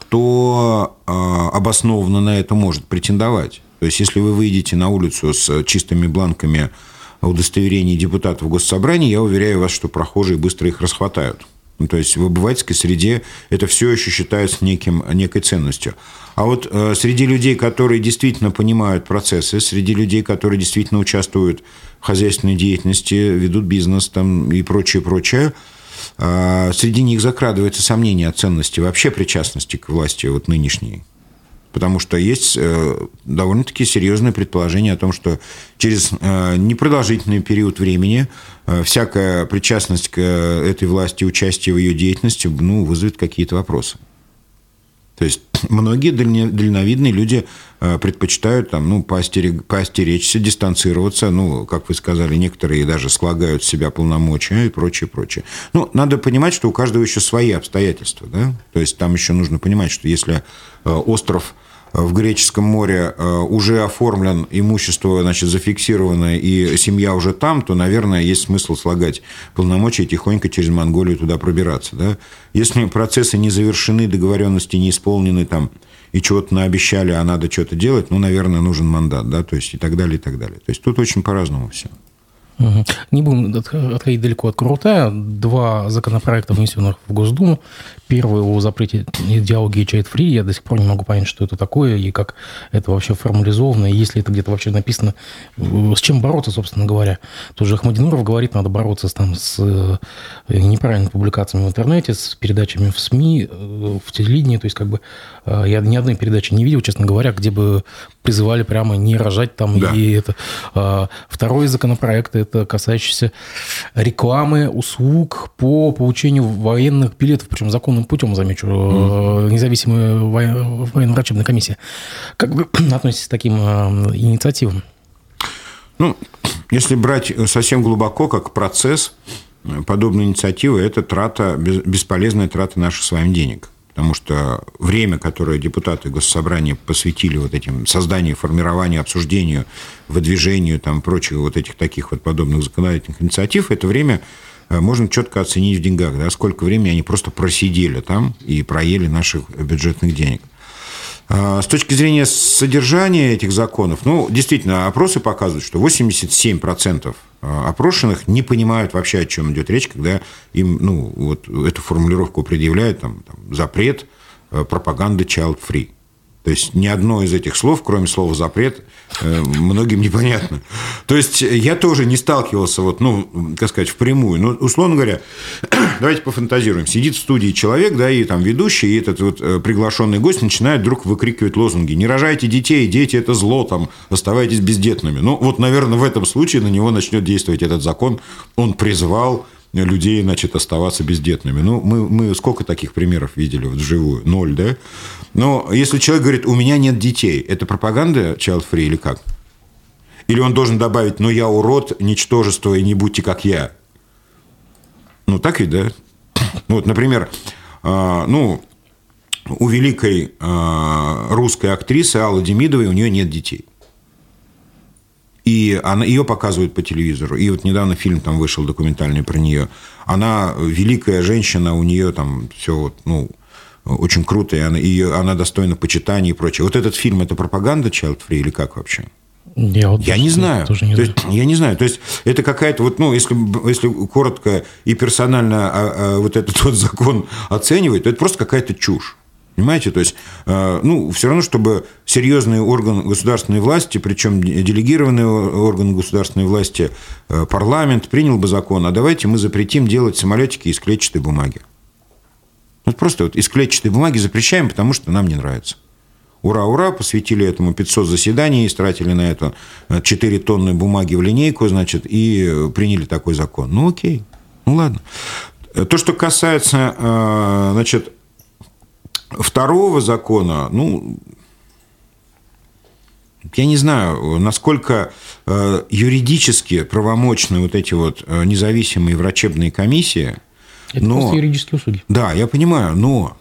Speaker 2: кто обоснованно на это может претендовать. То есть, если вы выйдете на улицу с чистыми бланками удостоверений депутатов Госсобрания, я уверяю вас, что прохожие быстро их расхватают. Ну, то есть, в обывательской среде это все еще считается некой ценностью. А вот среди людей, которые действительно понимают процессы, среди людей, которые действительно участвуют в хозяйственной деятельности, ведут бизнес там, и прочее, среди них закрадывается сомнение о ценности вообще причастности к власти вот нынешней. Потому что есть довольно-таки серьезное предположение о том, что через непродолжительный период времени всякая причастность к этой власти, участие в ее деятельности вызовет какие-то вопросы. То есть многие дальновидные люди предпочитают там, поостеречься, дистанцироваться. Ну, как вы сказали, некоторые даже слагают с себя полномочия и прочее. Ну, надо понимать, что у каждого еще свои обстоятельства. Да? То есть там еще нужно понимать, что если остров в Греческом море уже оформлен, имущество, значит, зафиксировано, и семья уже там, то, наверное, есть смысл слагать полномочия и тихонько через Монголию туда пробираться. Да? Если процессы не завершены, договоренности не исполнены, там, и чего-то наобещали, а надо что-то делать, наверное, нужен мандат, да, то есть и так далее, и так далее. То есть тут очень по-разному все.
Speaker 1: Не будем отходить далеко от Курултая. 2 законопроекта, внесенных в Госдуму. Первый о запрете идеологии child-free. Я до сих пор не могу понять, что это такое и как это вообще формализовано, и если это где-то вообще написано, с чем бороться, собственно говоря. Тоже Ахмадинуров говорит, надо бороться с неправильными публикациями в интернете, с передачами в СМИ, в телевидении. То есть, я ни одной передачи не видел, честно говоря, где бы призывали прямо не рожать там. Да. И это. Второй законопроект, это касающийся рекламы услуг по получению военных билетов, причем законным путем, замечу, независимая военно-врачебная комиссия. Как вы относитесь к таким инициативам?
Speaker 2: Если брать совсем глубоко, как процесс, подобные инициативы – это бесполезная трата наших с вами денег. Потому что время, которое депутаты Госсобрания посвятили вот этим созданию, формированию, обсуждению, выдвижению там, прочих вот этих таких вот подобных законодательных инициатив, это время можно четко оценить в деньгах, да, сколько времени они просто просидели там и проели наших бюджетных денег. С точки зрения содержания этих законов, ну, действительно, опросы показывают, что 87% опрошенных не понимают вообще, о чем идет речь, когда им, ну, вот эту формулировку предъявляют, там, запрет пропаганды child-free. То есть ни одно из этих слов, кроме слова «запрет», многим непонятно. То есть я тоже не сталкивался, вот, ну, как сказать, впрямую. Но, условно говоря, давайте пофантазируем. Сидит в студии человек, да, и там ведущий, и этот вот приглашенный гость начинает вдруг выкрикивать лозунги. «Не рожайте детей, дети – это зло, там, оставайтесь бездетными». Ну, вот, наверное, в этом случае на него начнет действовать этот закон. Он призвал людей, значит, оставаться бездетными. Ну, мы сколько таких примеров видели вот вживую? 0, да? Но если человек говорит, у меня нет детей, это пропаганда child-free или как? Или он должен добавить, ну, я урод, ничтожество, и не будьте как я? Ну, так ведь, да? Вот, например, ну, у великой русской актрисы Аллы Демидовой у нее нет детей. И ее показывают по телевизору. И вот недавно фильм там вышел документальный про нее. Она великая женщина, у нее там все вот, ну, очень круто, и она достойна почитания и прочее. Вот этот фильм – это пропаганда child-free или как вообще? Я не знаю. Я не знаю. То есть это какая-то, вот, ну, если коротко и персонально вот этот вот закон оценивать, то это просто какая-то чушь. Понимаете? То есть, ну, все равно, чтобы серьезный орган государственной власти, причем делегированный орган государственной власти, парламент, принял бы закон, а давайте мы запретим делать самолетики из клетчатой бумаги. Вот просто вот из клетчатой бумаги запрещаем, потому что нам не нравится. Ура, ура, посвятили этому 500 заседаний, истратили на это 4 тонны бумаги в линейку, значит, и приняли такой закон. Ну, окей, ну, ладно. То, что касается, значит, второго закона, ну, я не знаю, насколько юридически правомочны вот эти вот независимые врачебные комиссии.
Speaker 1: Это просто юридические услуги.
Speaker 2: Да, я понимаю, но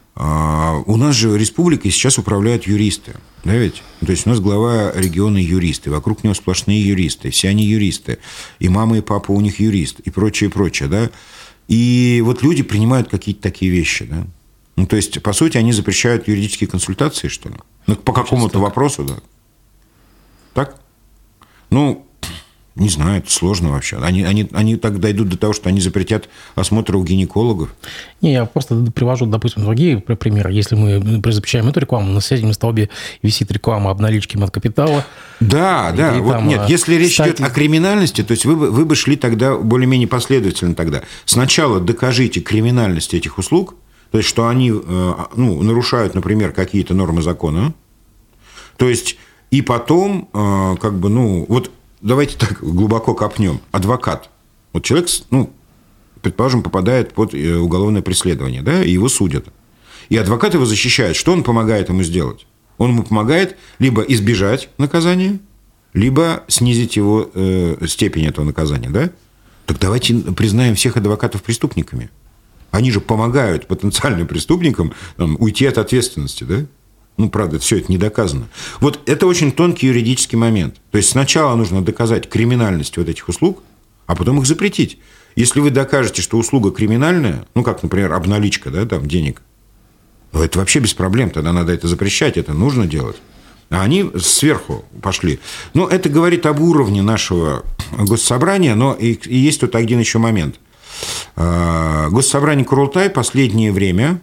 Speaker 2: у нас же республикой сейчас управляют юристы, да ведь? То есть у нас глава региона юристы, вокруг него сплошные юристы, все они юристы, и мама, и папа у них юрист, и прочее, прочее, да? И вот люди принимают какие-то такие вещи, да? Ну, то есть, по сути, они запрещают юридические консультации, что ли? Ну, по какому-то вопросу, да? Так? Ну, не знаю, это сложно вообще. Они так дойдут до того, что они запретят осмотр у гинекологов.
Speaker 1: Не, я просто привожу, допустим, другие примеры. Если мы запрещаем эту рекламу, на соседнем столбе висит реклама об наличке маткапитала.
Speaker 2: Да, да. Вот там, нет, если речь идет о криминальности, то есть вы бы шли тогда более-менее последовательно тогда. Сначала докажите криминальность этих услуг, то есть, что они, ну, нарушают, например, какие-то нормы закона. То есть, и потом, как бы, ну, вот давайте так глубоко копнем. Адвокат. Вот человек, ну, предположим, попадает под уголовное преследование, да, и его судят. И адвокат его защищает. Что он помогает ему сделать? Он ему помогает либо избежать наказания, либо снизить его степень этого наказания, да? Так давайте признаем всех адвокатов преступниками. Они же помогают потенциальным преступникам там, уйти от ответственности, да? Ну, правда, все это не доказано. Вот это очень тонкий юридический момент. То есть сначала нужно доказать криминальность вот этих услуг, а потом их запретить. Если вы докажете, что услуга криминальная, ну, как, например, обналичка, да, там, денег, ну, это вообще без проблем, тогда надо это запрещать, это нужно делать. А они сверху пошли. Но это говорит об уровне нашего госсобрания, но и есть тут один еще момент. Госсобрание Курултай последнее время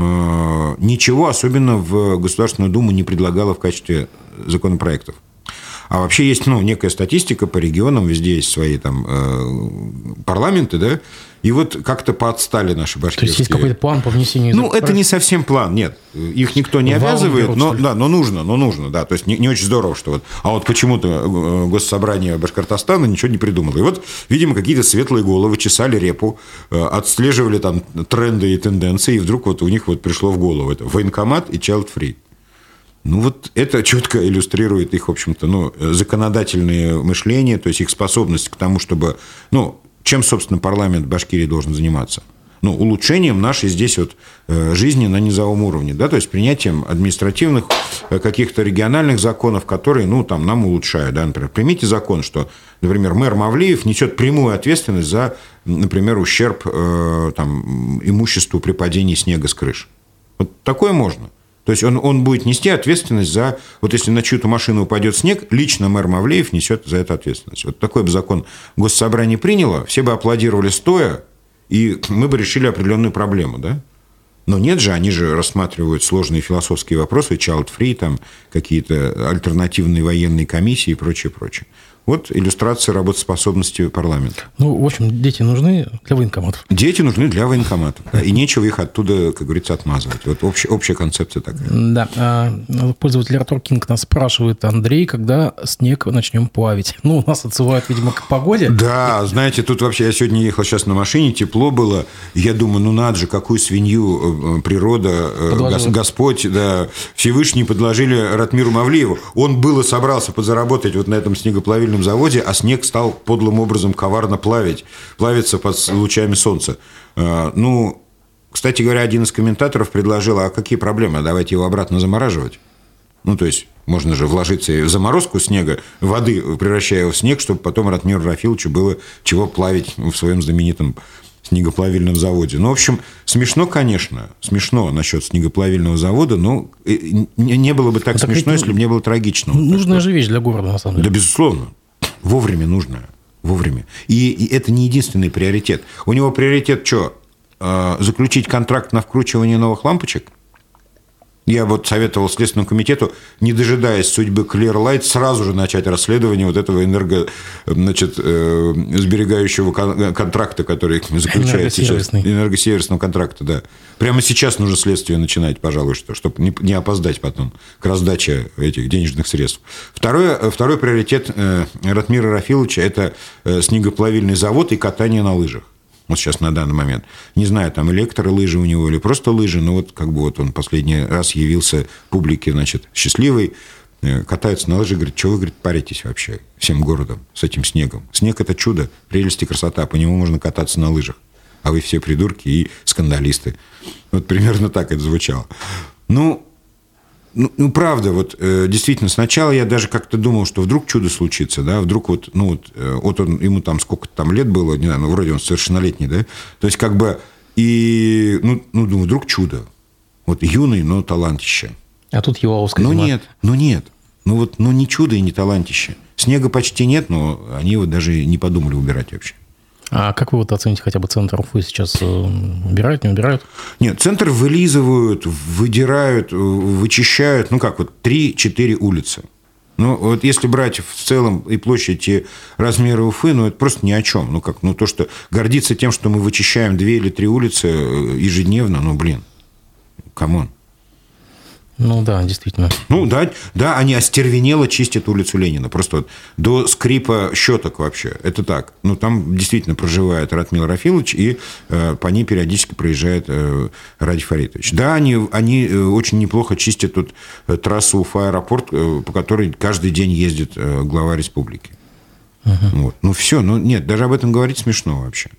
Speaker 2: ничего особенно в Государственную Думу не предлагало в качестве законопроектов. А вообще есть, ну, некая статистика по регионам, везде есть свои там парламенты, да, и вот как-то поотстали наши башкирские. То есть есть
Speaker 1: какой-то план по внесению?
Speaker 2: Ну, это не совсем план, нет. Их никто не обязывает, но, да, но нужно, да. То есть не очень здорово, что вот. А вот почему-то Госсобрание Башкортостана ничего не придумало. И вот, видимо, какие-то светлые головы чесали репу, отслеживали там тренды и тенденции, и вдруг вот у них вот пришло в голову это военкомат и child-free. Ну, вот это четко иллюстрирует их, в общем-то, ну, законодательное мышление, то есть их способность к тому, чтобы... Ну, чем, собственно, парламент Башкирии должен заниматься? Ну, улучшением нашей здесь вот жизни на низовом уровне, да, то есть принятием административных каких-то региональных законов, которые, ну, там, нам улучшают, да, например. Примите закон, что, например, мэр Мавлиев несет прямую ответственность за, например, ущерб там, имуществу при падении снега с крыш. Вот такое можно. То есть он будет нести ответственность за... Вот если на чью-то машину упадет снег, лично мэр Мавлеев несет за это ответственность. Вот такой бы закон Госсобрание приняло, все бы аплодировали стоя, и мы бы решили определенную проблему, да? Но нет же, они же рассматривают сложные философские вопросы, child-free, там какие-то альтернативные военные комиссии и прочее, прочее. Вот иллюстрация работоспособности парламента.
Speaker 1: Ну, в общем, дети нужны для военкоматов.
Speaker 2: Дети нужны для военкоматов. Да, и нечего их оттуда, как говорится, отмазывать. Вот общая концепция такая.
Speaker 1: Да. Пользователь Артур Кинг нас спрашивает: Андрей, когда снег начнем плавить? Ну, у нас отсылают, видимо, к погоде.
Speaker 2: Да, знаете, тут вообще я сегодня ехал сейчас на машине, тепло было. Я думаю, ну надо же, какую свинью природа, Господь, да, Всевышний подложили Ратмиру Мавлееву. Он было собрался подзаработать вот на этом снегоплавильном заводе, а снег стал подлым образом коварно плавиться под лучами солнца. Ну, кстати говоря, один из комментаторов предложил: а какие проблемы, давайте его обратно замораживать. Ну, то есть, можно же вложиться в заморозку снега, воды, превращая его в снег, чтобы потом Ратмиру Рафиловичу было чего плавить в своем знаменитом снегоплавильном заводе. Ну, в общем, смешно, конечно, смешно насчет снегоплавильного завода, но не было бы так смешно, если бы не было трагично.
Speaker 1: Нужная же вещь для города, на самом деле.
Speaker 2: Да, безусловно. Вовремя нужно. Вовремя. И это не единственный приоритет. У него приоритет что? Заключить контракт на вкручивание новых лампочек? Я вот советовал Следственному комитету, не дожидаясь судьбы Clearlight, сразу же начать расследование вот этого сберегающего контракта, который заключает сейчас. Энергосервисного контракта, да. Прямо сейчас нужно следствие начинать, пожалуй, чтобы не опоздать потом к раздаче этих денежных средств. Второй приоритет Ратмира Рафиловича – это снегоплавильный завод и катание на лыжах. Вот сейчас на данный момент. Не знаю, там электролыжи у него или просто лыжи, но вот как бы вот он последний раз явился публике, значит, счастливый, катается на лыжах, говорит: что вы, говорит, паритесь вообще всем городом с этим снегом? Снег – это чудо, прелесть и красота, по нему можно кататься на лыжах. А вы все придурки и скандалисты. Вот примерно так это звучало. Ну, правда, вот действительно, сначала я даже как-то думал, что вдруг чудо случится, да, вдруг вот он, ему там сколько-то там лет было, не знаю, вроде он совершеннолетний, да, то есть как бы, и, думаю, вдруг чудо, вот юный, но талантище.
Speaker 1: А тут его Оскар.
Speaker 2: Нет, не чудо и не талантище. Снега почти нет, но они вот даже не подумали убирать вообще.
Speaker 1: А как вы вот оцените хотя бы центр Уфы сейчас? Убирают, не убирают?
Speaker 2: Нет, центр вылизывают, выдирают, вычищают. Ну, как вот 3-4 улицы. Ну, вот если брать в целом и площадь, и размеры Уфы, это просто ни о чем. То, что гордиться тем, что мы вычищаем 2 или 3 улицы ежедневно, камон.
Speaker 1: Ну да, действительно.
Speaker 2: Да, они остервенело чистят улицу Ленина. Просто вот до скрипа щеток вообще. Это так. Там действительно проживает Ратмир Рафилович, и по ней периодически проезжает Ради Фаритович. Да, они очень неплохо чистят тут трассу Уфа-аэропорт, по которой каждый день ездит глава республики. Вот. Все, нет, даже об этом говорить смешно вообще.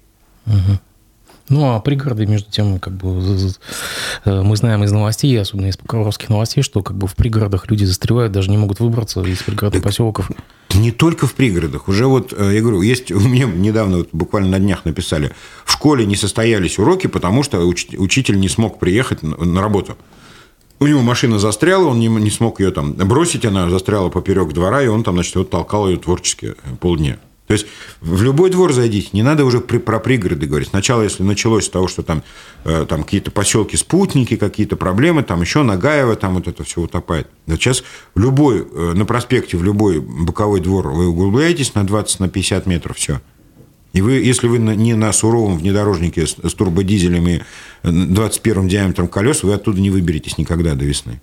Speaker 1: А пригороды, между тем, как бы мы знаем из новостей, особенно из прокурорских новостей, что как бы в пригородах люди застревают, даже не могут выбраться из пригородных поселков.
Speaker 2: Не только в пригородах. Уже вот, я говорю, есть у меня недавно, буквально на днях написали, в школе не состоялись уроки, потому что учитель не смог приехать на работу. У него машина застряла, он не смог ее там бросить, она застряла поперек двора, и он там, толкал ее творчески полдня. То есть в любой двор зайдите, не надо уже про пригороды говорить. Сначала, если началось с того, что там какие-то поселки-спутники, какие-то проблемы, там еще Нагаево, там вот это все утопает. Да сейчас на проспекте, в любой боковой двор вы углубляетесь на 20-50 метров, все. И если вы не на суровом внедорожнике с турбодизелем и 21 диаметром колес, вы оттуда не выберетесь никогда до весны.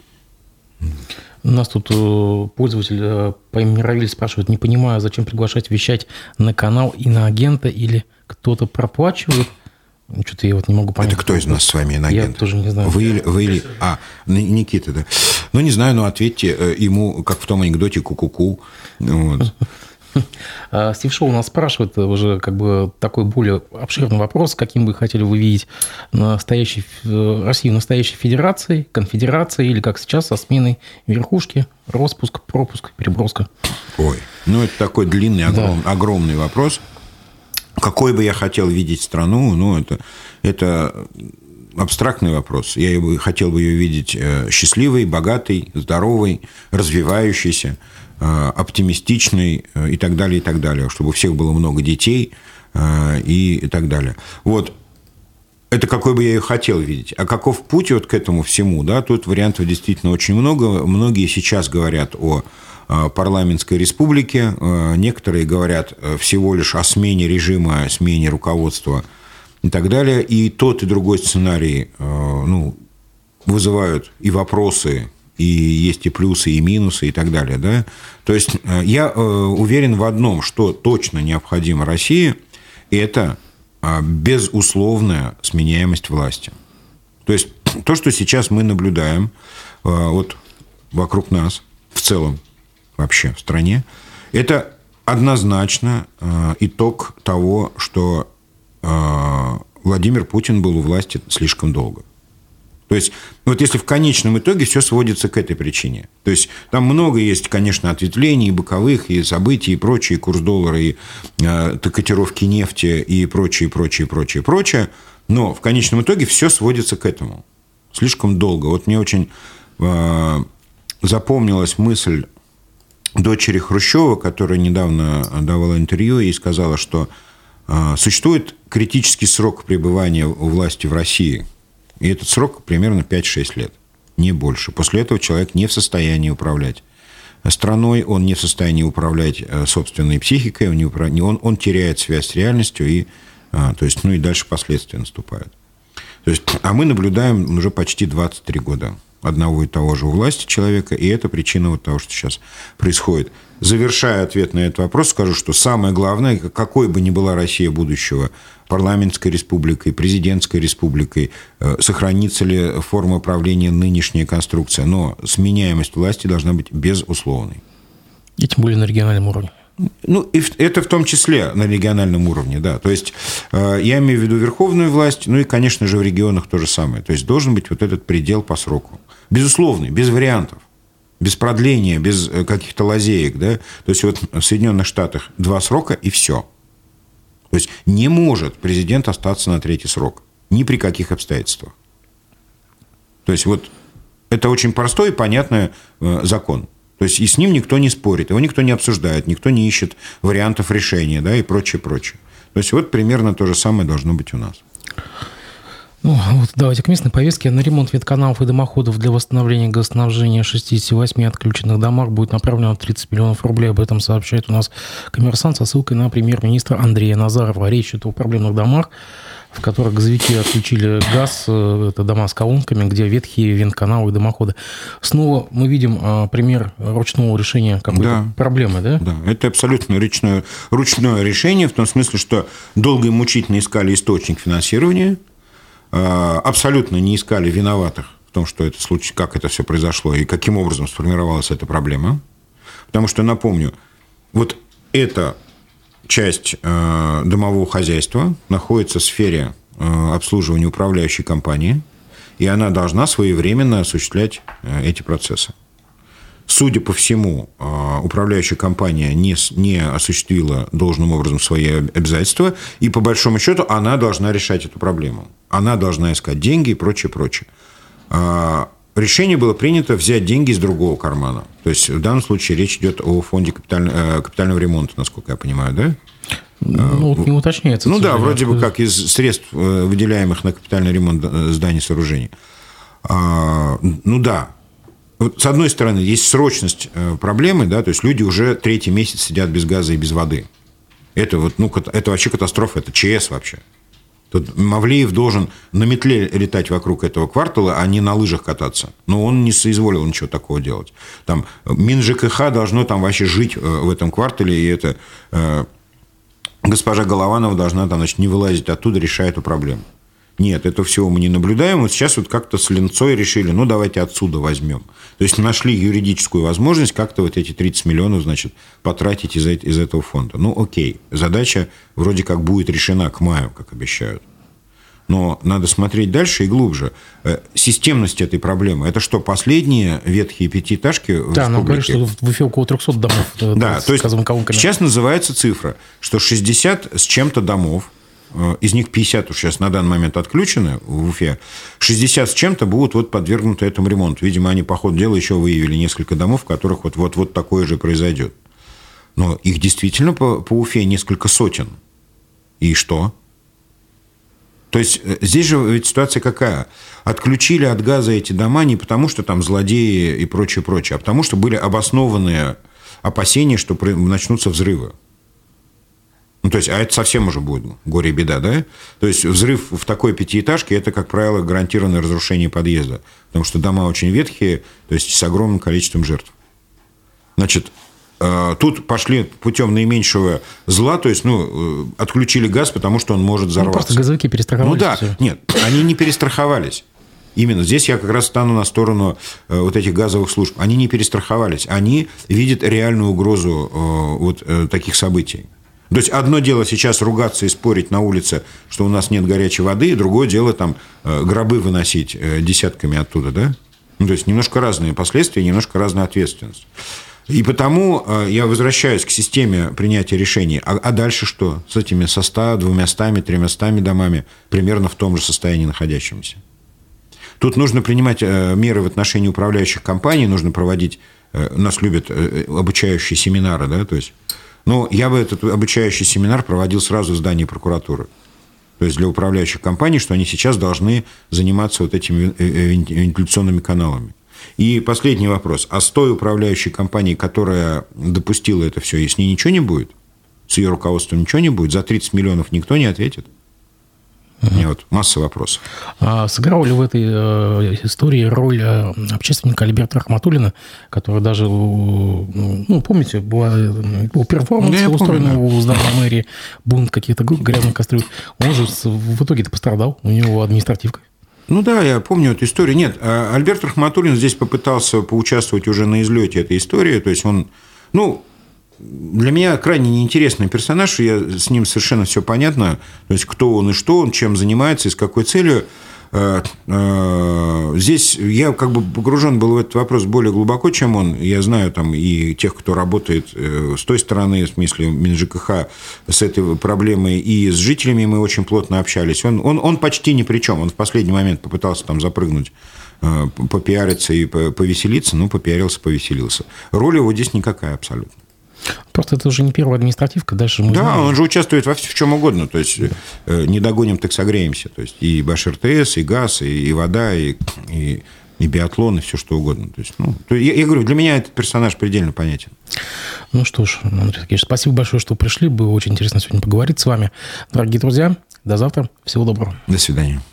Speaker 1: У нас тут пользователь по имени Равиль спрашивает: не понимаю, зачем приглашать вещать на канал иноагента, или кто-то проплачивает? Что-то я вот не могу понять.
Speaker 2: Это кто из нас с вами иноагент?
Speaker 1: Я тоже не знаю.
Speaker 2: Вы или... Никита, да. Не знаю, ответьте ему, как в том анекдоте, ку-ку-ку. Вот.
Speaker 1: Стив Шоу нас спрашивает уже как бы такой более обширный вопрос: каким бы хотели вы видеть Россию настоящей федерацией, конфедерацией, или как сейчас со сменой верхушки, распуск, пропуск, переброска?
Speaker 2: Ой, это такой длинный, огромный вопрос. Какой бы я хотел видеть страну, это абстрактный вопрос. Я хотел бы ее видеть счастливой, богатой, здоровой, развивающейся, оптимистичной и так далее, чтобы у всех было много детей и так далее. Вот. Это какой бы я ее хотел видеть. А каков путь вот к этому всему? Да? Тут вариантов действительно очень много. Многие сейчас говорят о парламентской республике. Некоторые говорят всего лишь о смене режима, о смене руководства и так далее. И тот, и другой сценарий вызывают и вопросы, и есть и плюсы, и минусы, и так далее. Да? То есть я уверен в одном, что точно необходимо России, это безусловная сменяемость власти. То есть то, что сейчас мы наблюдаем вот вокруг нас, в целом вообще в стране, это однозначно итог того, что Владимир Путин был у власти слишком долго. То есть, вот если в конечном итоге все сводится к этой причине. То есть, там много есть, конечно, ответвлений, и боковых, и событий, и прочее, и курс доллара, и котировки нефти, и прочее. Но в конечном итоге все сводится к этому. Слишком долго. Вот мне очень запомнилась мысль дочери Хрущева, которая недавно давала интервью и сказала, что существует критический срок пребывания у власти в России. И этот срок примерно 5-6 лет, не больше. После этого человек не в состоянии управлять страной, он не в состоянии управлять собственной психикой, он теряет связь с реальностью, и дальше последствия наступают. То есть, а мы наблюдаем уже почти 23 года одного и того же у власти человека, и это причина вот того, что сейчас происходит. Завершая ответ на этот вопрос, скажу, что самое главное, какой бы ни была Россия будущего, парламентской республикой, президентской республикой, сохранится ли форма правления нынешняя конструкция, но сменяемость власти должна быть безусловной.
Speaker 1: И тем более на региональном уровне.
Speaker 2: И это в том числе на региональном уровне, да. То есть, я имею в виду верховную власть, и, конечно же, в регионах то же самое. То есть, должен быть вот этот предел по сроку. Безусловный, без вариантов, без продления, без каких-то лазеек, да. То есть, вот в Соединенных Штатах 2 срока и все. То есть, не может президент остаться на 3-й срок. Ни при каких обстоятельствах. То есть, вот это очень простой и понятный закон. То есть, и с ним никто не спорит, его никто не обсуждает, никто не ищет вариантов решения, да, и прочее. То есть, вот примерно то же самое должно быть у нас.
Speaker 1: Давайте к местной повестке. На ремонт ветканалов и дымоходов для восстановления газоснабжения 68 отключенных домах будет направлено 30 миллионов рублей. Об этом сообщает у нас «Коммерсант» со ссылкой на премьер-министра Андрея Назарова. Речь идет о проблемных домах, в которых газовики отключили газ. Это дома с колонками, где ветхие вентканалы и дымоходы. Снова мы видим пример ручного решения какой-то проблемы, да?
Speaker 2: Да, это абсолютно ручное решение, в том смысле, что долго и мучительно искали источник финансирования, абсолютно не искали виноватых в том, что это случай, как это все произошло и каким образом сформировалась эта проблема. Потому что, напомню, вот эта часть домового хозяйства находится в сфере обслуживания управляющей компании, и она должна своевременно осуществлять эти процессы. Судя по всему, управляющая компания не осуществила должным образом свои обязательства, и по большому счету она должна решать эту проблему. Она должна искать деньги и прочее. Решение было принято взять деньги из другого кармана. То есть, в данном случае речь идет о фонде капитального ремонта, насколько я понимаю, да?
Speaker 1: Не уточняется.
Speaker 2: Да, вроде бы как из средств, выделяемых на капитальный ремонт зданий и сооружений. Да. С одной стороны, есть срочность проблемы, да, то есть люди уже 3-й месяц сидят без газа и без воды. Это вообще катастрофа, это ЧС вообще. Тут Мавлиев должен на метле летать вокруг этого квартала, а не на лыжах кататься. Но он не соизволил ничего такого делать. Там МинЖКХ должно там вообще жить в этом квартале, и это госпожа Голованова должна там, не вылазить оттуда, решая эту проблему. Нет, этого всего мы не наблюдаем. Вот сейчас вот как-то с линцой решили, давайте отсюда возьмем. То есть, нашли юридическую возможность как-то вот эти 30 миллионов, потратить из этого фонда. Окей, задача вроде как будет решена к маю, как обещают. Но надо смотреть дальше и глубже. Системность этой проблемы. Это что, последние ветхие пятиэтажки в республике?
Speaker 1: Да, нам говорят, что в Уфе около 300 домов.
Speaker 2: Да, то есть, сейчас называется цифра, что 60 с чем-то домов из них 50 уж сейчас на данный момент отключены в Уфе, 60 с чем-то будут вот подвергнуты этому ремонту. Видимо, они по ходу дела еще выявили несколько домов, в которых вот такое же произойдет. Но их действительно по Уфе несколько сотен. И что? То есть здесь же ведь ситуация какая? Отключили от газа эти дома не потому, что там злодеи и прочее, а потому, что были обоснованные опасения, что начнутся взрывы. Ну, то есть, а это совсем уже будет горе и беда, да? То есть, взрыв в такой пятиэтажке – это, как правило, гарантированное разрушение подъезда. Потому что дома очень ветхие, то есть, с огромным количеством жертв. Значит, тут пошли путем наименьшего зла, то есть, отключили газ, потому что он может взорваться.
Speaker 1: Просто газовики перестраховались.
Speaker 2: Да, нет, они не перестраховались. Именно здесь я как раз стану на сторону вот этих газовых служб. Они не перестраховались, они видят реальную угрозу таких событий. То есть, одно дело сейчас ругаться и спорить на улице, что у нас нет горячей воды, и другое дело там гробы выносить десятками оттуда, да? То есть, немножко разные последствия, немножко разная ответственность. И потому я возвращаюсь к системе принятия решений. А дальше что? С этими 100, 200, 300 домами, примерно в том же состоянии находящимися. Тут нужно принимать меры в отношении управляющих компаний, нужно проводить, нас любят обучающие семинары, да, то есть... Но я бы этот обучающий семинар проводил сразу в здании прокуратуры. То есть, для управляющих компаний, что они сейчас должны заниматься вот этими вентиляционными каналами. И последний вопрос. А с той управляющей компанией, которая допустила это все, и с ней ничего не будет? С ее руководством ничего не будет? За 30 миллионов никто не ответит? У меня вот масса вопросов.
Speaker 1: А сыграл ли в этой истории роль общественника Альберта Рахматуллина, который даже, помните, был перформанс устроен у здания мэрии, бунт каких-то грязных кастрюль. Он же в итоге-то пострадал, у него административка.
Speaker 2: Ну да, я помню эту историю. Нет, Альберт Рахматуллин здесь попытался поучаствовать уже на излете этой истории. То есть он, для меня крайне неинтересный персонаж, я с ним совершенно все понятно, то есть кто он и что он, чем занимается и с какой целью. Здесь я как бы погружен был в этот вопрос более глубоко, чем он. Я знаю там и тех, кто работает с той стороны, в смысле МинЖКХ, с этой проблемой, и с жителями мы очень плотно общались. Он почти ни при чем. Он в последний момент попытался там запрыгнуть, попиариться и повеселиться, попиарился, повеселился. Роль его здесь никакая абсолютно.
Speaker 1: Просто это уже не первая административка, дальше мы
Speaker 2: знаем. Он же участвует в чем угодно, то есть не догоним, так согреемся. То есть и БашРТС, и газ, и вода, и биатлон, и все что угодно. То есть, я говорю, для меня этот персонаж предельно понятен.
Speaker 1: Ну что ж, Андрей Сергеевич, спасибо большое, что пришли. Было очень интересно сегодня поговорить с вами. Дорогие друзья, до завтра. Всего доброго.
Speaker 2: До свидания.